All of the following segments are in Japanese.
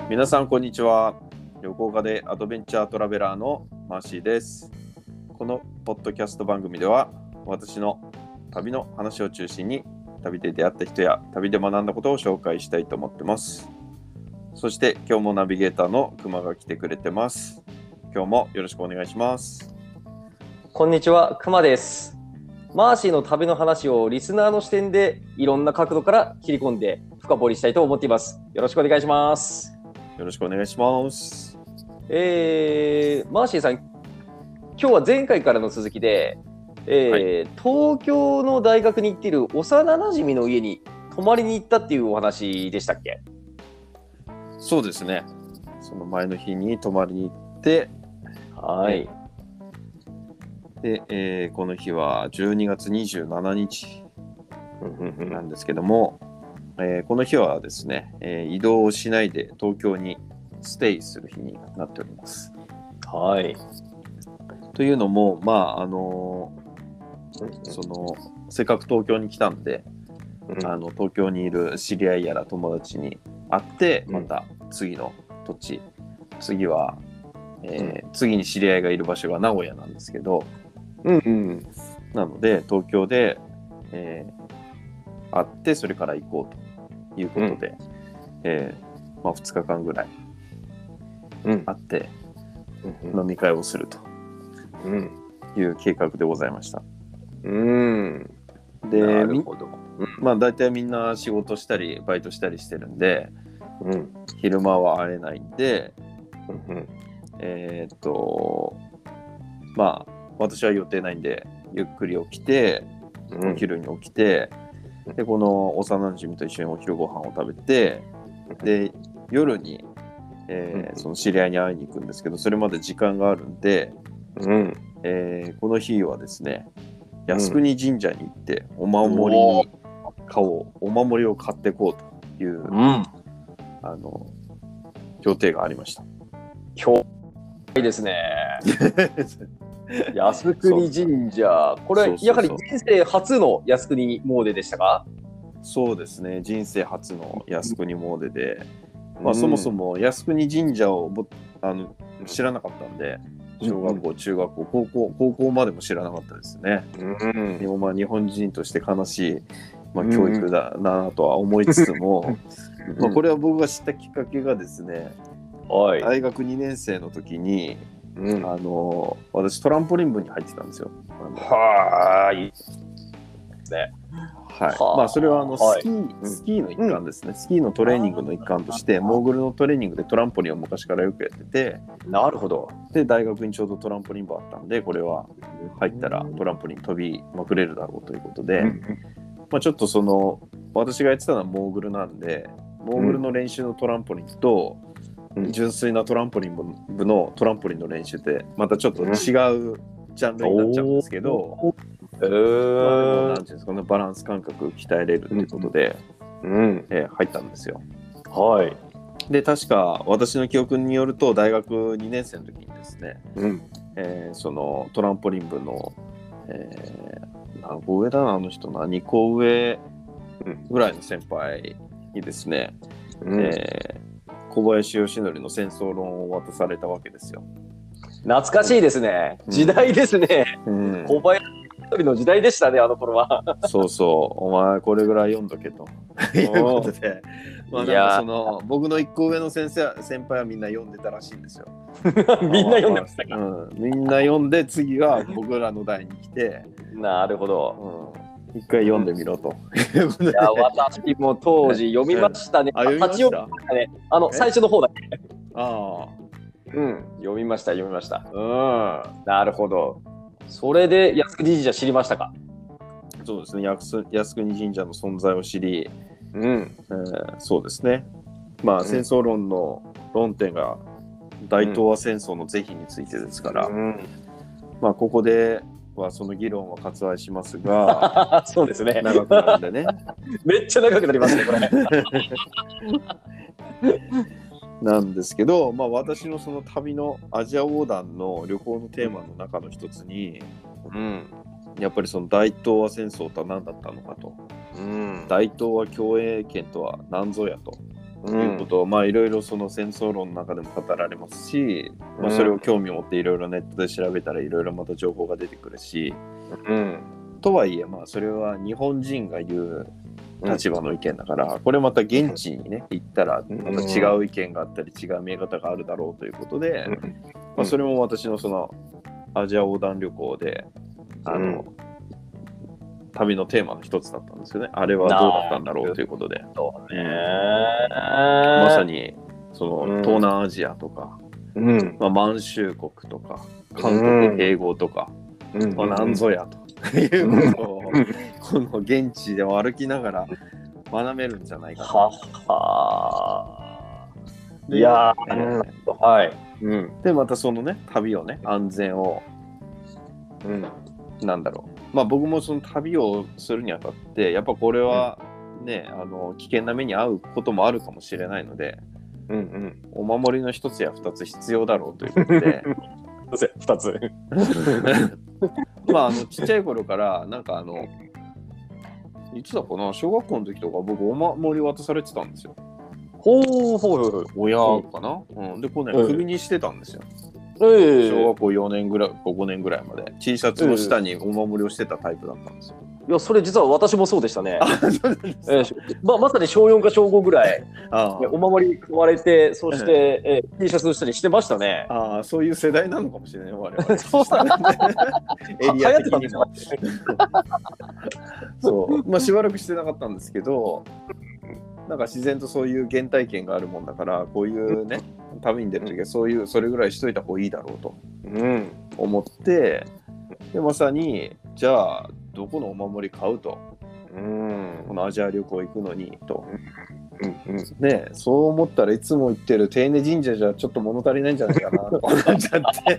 皆さんこんにちは。旅行家でアドベンチャートラベラーのマーシーです。このポッドキャスト番組では私の旅の話を中心に旅で出会った人や旅で学んだことを紹介したいと思ってます。そして今日もナビゲーターのくまが来てくれてます。今日もよろしくお願いします。 こんにちは、くまです。マーシーの旅の話をリスナーの視点でいろんな角度から切り込んで深掘りしたいと思っています。よろしくお願いします。 よろしくお願いします。 マーシーさん、今日は前回からの続きで、東京の大学に行っている幼馴染の家に泊まりに行ったっていうお話でしたっけ？ そうですね。その前の日に泊まりに行って、 はい。 で、この日は12月27日なんですけども、この日はですね、移動をしないで東京にステイする日になっております。 はい。 というのも、せっかく東京に来たんで、東京にいる知り合いやら友達に会って、また次の土地、次は、次に知り合いがいる場所が名古屋なんですけど、なので東京で、会ってそれから行こうということで、2日間ぐらい会って飲み会をするという計画でございました。で、 なるほど。 大体みんな仕事したりバイトしたりしてるんで、昼間は会えないんで、私は予定ないんでゆっくり起きて、お昼に起きて、でこの幼馴染と一緒にお昼ご飯を食べて、で夜に、その知り合いに会いに行くんですけど、それまで時間があるんで、この日はですね、靖国神社に行ってお守りを買っていこうという、予定がありました。 今日いいですね。靖国神社、これやはり人生初の靖国詣でしたか？ そうですね、人生初の靖国詣で、そもそも靖国神社を知らなかったんで、小学校、中学校、高校までも知らなかったですね。でも日本人として悲しい、教育だなとは思いつつも、これは僕が知ったきっかけがですね、大学2年生の時に、私トランポリン部に入ってたんですよ。 いいね。 それはスキーの一環ですね。スキーのトレーニングの一環として、モーグルのトレーニングでトランポリンを昔からよくやってて、 なるほど。で大学にちょうどトランポリン部あったんで、これは入ったらトランポリン飛びまくれるだろうということで、ちょっと私がやってたのはモーグルなんで、モーグルの練習のトランポリンと、純粋なトランポリン部のトランポリンの練習ってまたちょっと違うジャンルになっちゃうんですけど、なんていうんですかね、バランス感覚鍛えれるということで、入ったんですよ。で、確か私の記憶によると大学2年生の時にですね、そのトランポリン部の、何個上だな、あの人な、2個上ぐらいの先輩にですね、小林義則の戦争論を渡されたわけですよ。 懐かしいですね。時代ですね。小林義則の時代でしたね、あの頃は。 そうそう、お前これぐらい読んどけということで、僕の1個上の先輩はみんな読んでたらしいんですよ。 みんな読んでましたか？ みんな読んで、次は僕らの代に来て、 なるほど。 一回読んでみろと。 いや、私も当時読みましたね。 読みました？ 最初の方だけ。読みました。なるほど。それで靖国神社知りましたか？ そうですね、靖国神社の存在を知り、そうですね。戦争論の論点が大東亜戦争の是非についてですから、ここではその議論は割愛しますが、 そうですね。 長くなるんでね。 めっちゃ長くなりますね、これ。 なんですけど、私のその旅のアジア横断の旅行のテーマの中の一つに、やっぱりその大東亜戦争とは何だったのかと、大東亜共栄圏とは何ぞやということを、まあいろいろその戦争論の中でも語られますし、まあ、それを興味を持っていろいろネットで調べたらいろいろまた情報が出てくるし、とはいえまあそれは日本人が言う立場の意見だから、これまた現地にね行ったらまた違う意見があったり違う見え方があるだろうということで、まあ、それも私のそのアジア横断旅行で旅のテーマの一つだったんですよね。あれはどうだったんだろうということで、まさにその東南アジアとか、まあ、満州国とか韓国英語とか、まあ、なんぞやということをこの現地で歩きながら学べるんじゃないかな。 いやはい。 でまたそのね旅をね安全を、なんだろう、まあ僕もその旅をするにあたってやっぱこれはね、危険な目に遭うこともあるかもしれないので、お守りの一つや二つ必要だろうということで 2つまあちっちゃい頃からなんかいつだかな、小学校の時とか僕お守り渡されてたんですよ。親かな、でこうね首にしてたんですよ。小学校4年ぐらい5年ぐらいまで T シャツの下にお守りをしてたタイプだったんですよ。 いやそれ実は私もそうでしたね。まさに小4か小5ぐらいお守り買われて、そして、T シャツの下にしてましたね。 そういう世代なのかもしれない我々。エリ流行ってア的にもたんですか。 そうまあしばらくしてなかったんですけど、なんか自然とそういう原体験があるもんだから、こういうね旅に出るときはそれぐらいしといた方がいいだろうと思って、でまさにじゃあどこのお守り買うと、このアジア旅行行くのにと、ね、そう思ったらいつも行ってる手稲神社じゃちょっと物足りないんじゃないかなと思っちゃって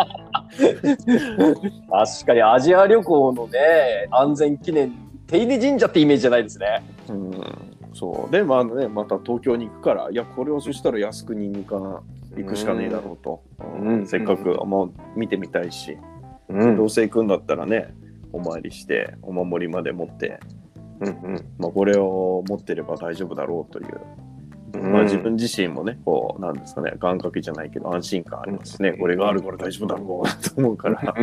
確かにアジア旅行のね安全記念手稲神社ってイメージじゃないですね。 そうでまあね、また東京に行くから、いやこれをそしたら靖国に行くしかねえだろうと、せっかくもう見てみたいし、どうせ行くんだったらねお参りしてお守りまで持って、まあ、これを持ってれば大丈夫だろうという、まあ、自分自身もねこうなんですかね、願掛けじゃないけど安心感ありますね。これがあるから大丈夫だろうと思うから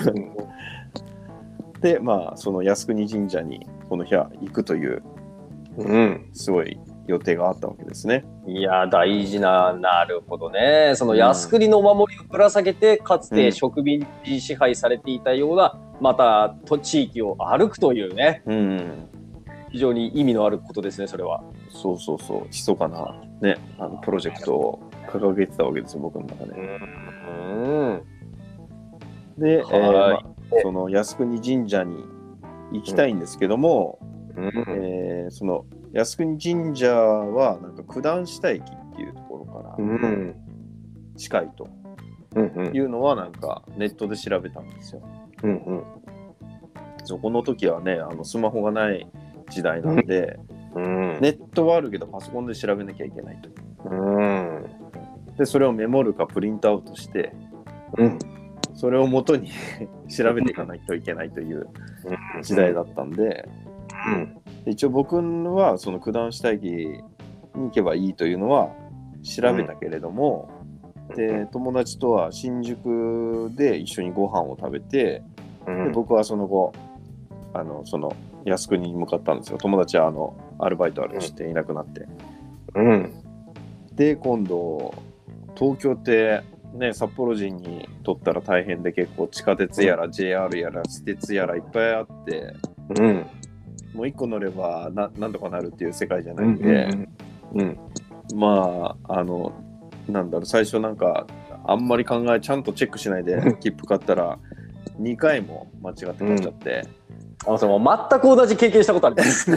でまあその靖国神社にこの日は行くというすごい予定があったわけですね。 いや大事な、なるほどね。その靖国のお守りをぶら下げて、かつて植民地支配されていたようなまた地域を歩くというね、非常に意味のあることですね。それはそう密かなねプロジェクトを掲げてたわけですよ僕の中で。で、その靖国神社に行きたいんですけども、その靖国神社はなんか九段下駅っていうところから近いというのはなんかネットで調べたんですよ。そこの時はねスマホがない時代なんで、ネットはあるけどパソコンで調べなきゃいけないと。でそれをメモるかプリントアウトして、それを元に調べていかないといけないという時代だったんで、一応僕はその九段下駅に行けばいいというのは調べたけれども、で友達とは新宿で一緒にご飯を食べて、で僕はその後その靖国に向かったんですよ。友達はアルバイトあるしていなくなって、で今度東京ってね札幌人にとったら大変で、結構地下鉄やら JR やら私鉄やらいっぱいあって、もう一個乗ればなんとかなるっていう世界じゃないんで、まあなんだろう、最初なんかあんまりちゃんとチェックしないで切符買ったら2回も間違って買っちゃって、 その全く同じ経験したことあります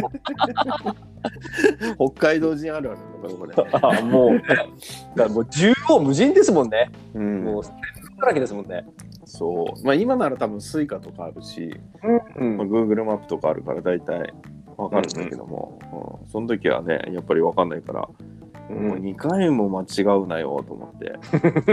北海道人あるあるのかこれもう縦横無尽ですもんね。もうだらけですもんね。 そう、まあ今なら多分スイカとかあるし、Google マップとかあるから大体わかるんだけども、その時はねやっぱりわかんないから、もう2回も間違うなよと思ってで、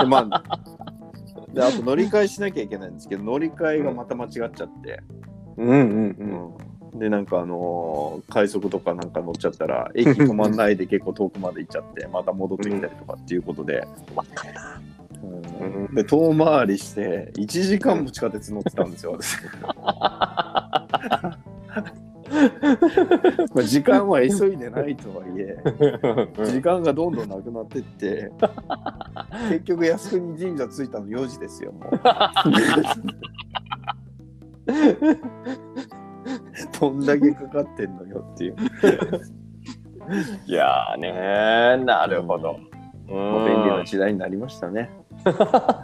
であと乗り換えしなきゃいけないんですけど、乗り換えがまた間違っちゃって、 でなんか快速とかなんか乗っちゃったら駅止まんないで結構遠くまで行っちゃってまた戻ってきたりとかっていうことで、で遠回りして1時間も地下鉄乗ってたんですよ私。まあ時間は急いでないとはいえ時間がどんどんなくなってって結局靖国神社着いたの4時ですよもう。どんだけかかってんのよっていう。 いやーねー、なるほど。 もう便利な時代になりましたね。 だ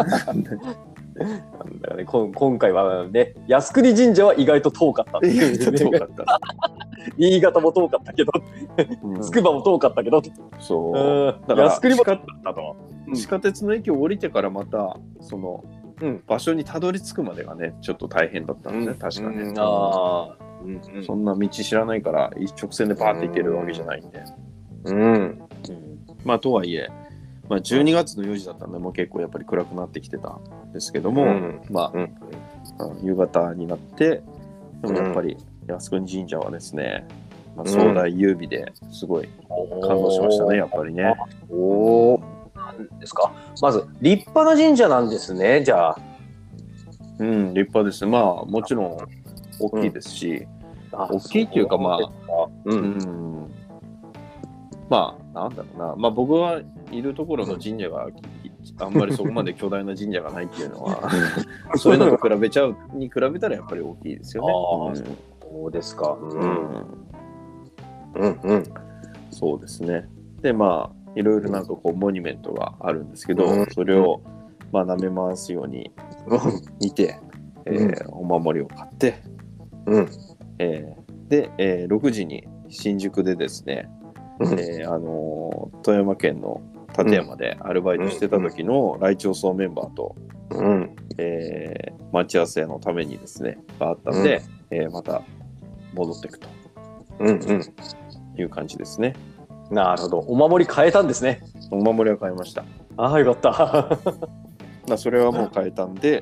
からね、今回はね、靖国神社は意外と遠かったっていう、 遠かった。 新潟も遠かったけど、つくばも遠かったけど、 そう。だから靖国も遠かったと。 地下鉄の駅を降りてからまたその、場所にたどり着くまでがねちょっと大変だったんですね、確かね。そんな道知らないから一直線でバーって行けるわけじゃないんで。まあとはいえ、まあ、12月の4時だったんでもう結構やっぱり暗くなってきてたんですけども、まあ、夕方になってでもやっぱり靖国神社はですね、まあ、壮大優美ですごい感動しましたね、やっぱりね。 なんですか。まず立派な神社なんですね。じゃあ、 立派です。まあもちろん大きいですし、大きいっていうかまあ、まあなんだろうな、まあ僕はいるところの神社があんまりそこまで巨大な神社がないっていうのはそういうのと比べたらやっぱり大きいですよね。 そうですか。 そうですね。でまあいろいろなんかこうモニュメントがあるんですけど、それをまあ舐め回すように見て、お守りを買って、で、6時に新宿でですね、富山県の立山でアルバイトしてた時の来町荘メンバーと、待ち合わせのためにですねがあったんで、また戻っていくという感じですね。 なるほど。お守り変えたんですね。 お守りは変えました。 ああ、よかった。 まあそれはもう変えたんで、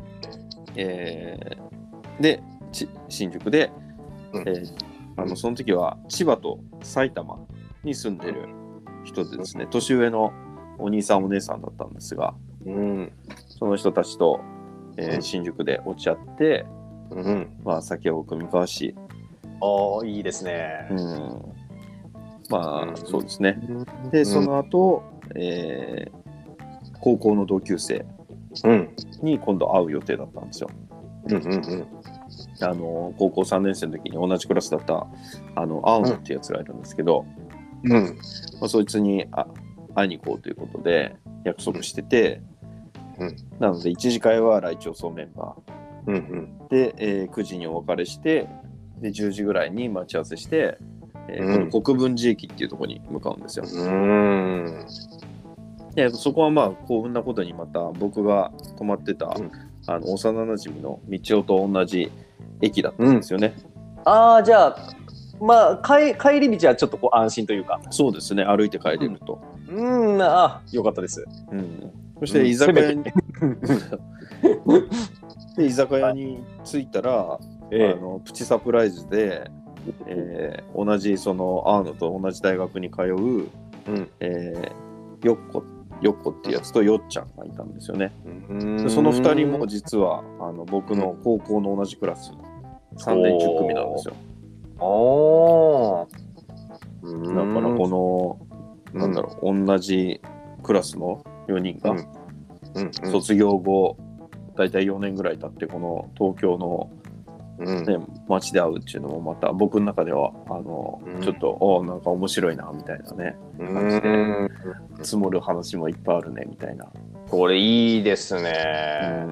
で新宿で、その時は千葉と埼玉に住んでる人でですね、年上のお兄さんお姉さんだったんですが、その人たちと、新宿で落ち合って、まあ酒を酌み交わし、 いいですね。 まあそうですね。でその後、高校の同級生に今度会う予定だったんですよ。高校3年生の時に同じクラスだった青野っていうやつがいるんですけど、まあ、そいつに会いに行こうということで約束してて、なので1次会は来町荘メンバー、で、9時にお別れしてで10時ぐらいに待ち合わせして、この国分寺駅っていうところに向かうんですよ。でそこはまあ幸運なことにまた僕が泊まってた、幼なじみの道夫と同じ駅だったんですよね。 じゃあまあ帰り道はちょっとこう安心というか。 そうですね、歩いて帰れると。 よかったです。 そして居酒屋に、で居酒屋に着いたら、プチサプライズで、同じその青野と同じ大学に通う、よっこっていうやつとよっちゃんがいたんですよね。でその2人も実は僕の高校の同じクラス3年10組なんですよ。だからこのなんだろう、同じクラスの4人が卒業後だいたい4年ぐらい経ってこの東京の街で会うっていうのもまた僕の中ではちょっとなんか面白いなみたいなね感じで積もる話もいっぱいあるねみたいな。 これいいですね。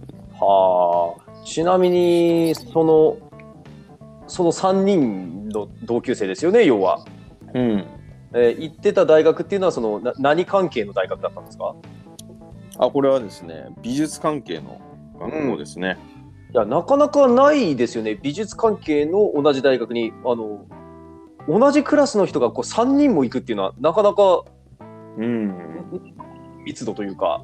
ちなみにその3人の同級生ですよね、要は。行ってた大学っていうのは何関係の大学だったんですか？ これはですね、美術関係の学校ですね。 いやなかなかないですよね。美術関係の同じ大学に同じクラスの人がこう3人も行くっていうのはなかなか密度というか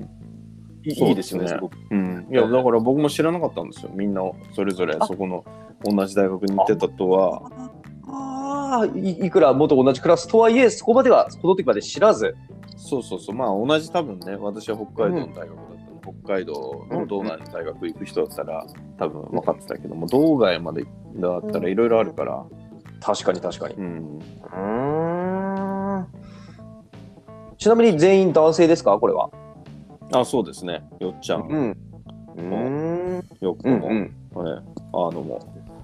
いいですよね。すごく。 いやだから僕も知らなかったんですよ。みんなそれぞれそこの同じ大学に行ってたとは。 いくら元同じクラスとはいえ、そこまでは、その時まで知らず。 そうそうそう、まあ同じ多分ね、私は北海道の大学だったので、北海道の道内の大学行く人だったら多分分かってたけども、道外までだったらいろいろあるから。 確かに確かに。ちなみに全員男性ですか、これは。 そうですね。よっちゃん。よっこも、も。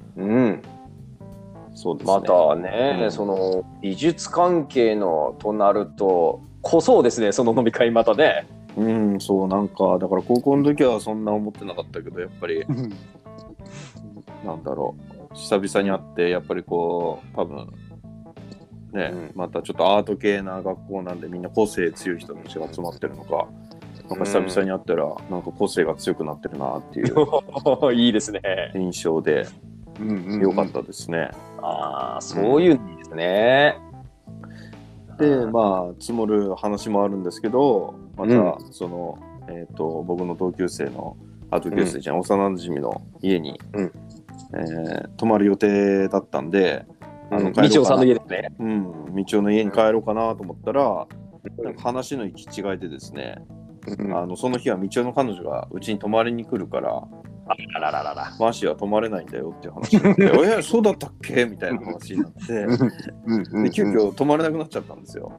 そうですね。 またね、その美術関係のとなると、濃そうですね、その飲み会またね。 そう、なんか、だから高校の時はそんな思ってなかったけど、やっぱり、なんだろう、久々に会って、やっぱりこう、多分、ね、またちょっとアート系な学校なんで、みんな個性強い人たちが集まってるのか、なんか久々に会ったら、なんか個性が強くなってるなっていういいですね。 印象で、良かったですね。 そういうんですね。 で、まあ、積もる話もあるんですけど、また、その、僕の同級生の、同級生じゃん、幼馴染の家に、泊まる予定だったんで、 みちおさんの家ですね。 みちおの家に帰ろうかなと思ったら、なんか話の行き違いでですね、その日はみちおの彼女がうちに泊まりに来るから、マーシーは泊まれないんだよっていう話になってそうだったっけみたいな話になってで急遽泊まれなくなっちゃったんですよ。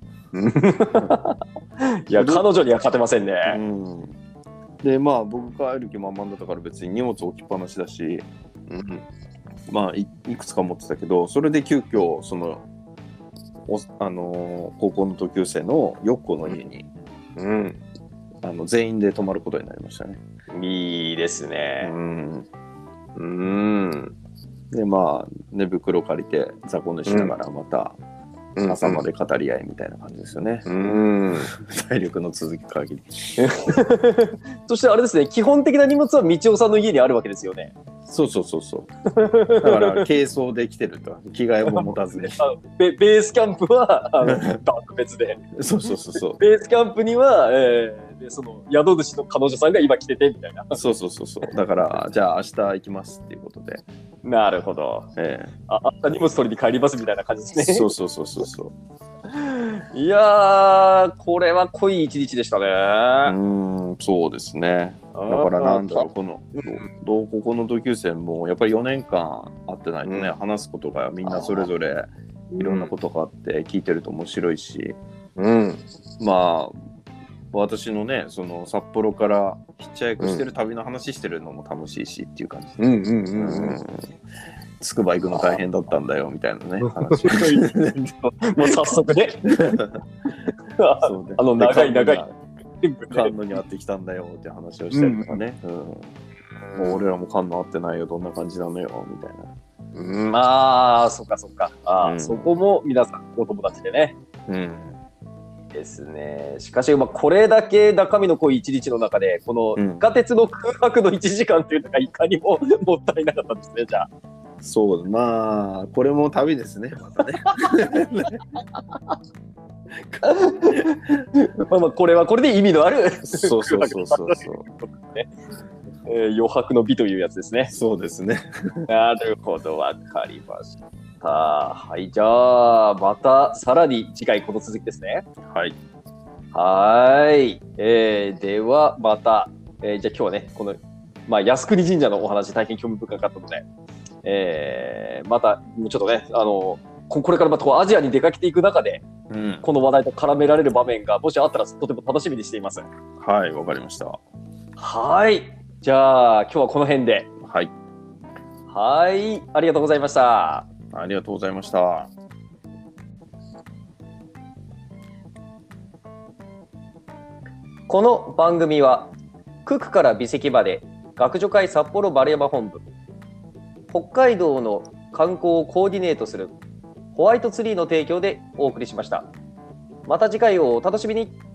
いや、彼女には勝てませんね。 で、まあ僕帰る気満々だったから別に荷物置きっぱなしだし、まあ いくつか持ってたけど、それで急遽その高校の同級生のよっこの家に、全員で泊まることになりましたね。 いいですね。 で、まあ寝袋借りて雑魚寝しながらまた朝まで語り合いみたいな感じですよね。体力の続き限り。 そしてあれですね、基本的な荷物はみちおさんの家にあるわけですよね。 そう。だから軽装で来てると、着替えも持たずに。 ベースキャンプは別で。 そう。 ベースキャンプには、その宿主の彼女さんが今来ててみたいな。 そう。だからじゃあ明日行きますっていうことで。 なるほど。明日荷物取りに帰りますみたいな感じですね。 そう。 いやー、これは濃い一日でしたね。 そうですね。だからなんだろう、ここの同級生もやっぱり4年間会ってないとね、話すことがみんなそれぞれいろんなことがあって聞いてると面白いし、まあ私のね、その札幌からヒッチハイクしてる旅の話してるのも楽しいしっていう感じで、つくば行くの大変だったんだよみたいなね話もう早速ね長い菅野に会ってきたんだよって話をしたりとかね、もう俺らも菅野会ってないよ、どんな感じなのよみたいな。そっか。そこも皆さんお友達でね。ですね。しかし、これだけ中身の濃い一日の中で、この地下鉄の空白の1時間というのがいかにももったいなかったですね、じゃあ。 そう、まあこれも旅ですね、またね。 これはこれで意味のあるそう余白の美というやつですね。 そうですね。 なるほど、わかりました。はい、じゃあまたさらに次回この続きですね。はい。ではまた、じゃあ今日はね、この靖国神社のお話大変興味深かったので、またちょっとね、これからまたアジアに出かけていく中で、この話題と絡められる場面がもしあったらとても楽しみにしています。 はい、わかりました。 はい。じゃあ今日はこの辺で。 はい。 はい、ありがとうございました。 ありがとうございました。 この番組は九九から美石場で学助会札幌丸山本部、北海道の観光をコーディネートするホワイトツリーの提供でお送りしました。また次回をお楽しみに。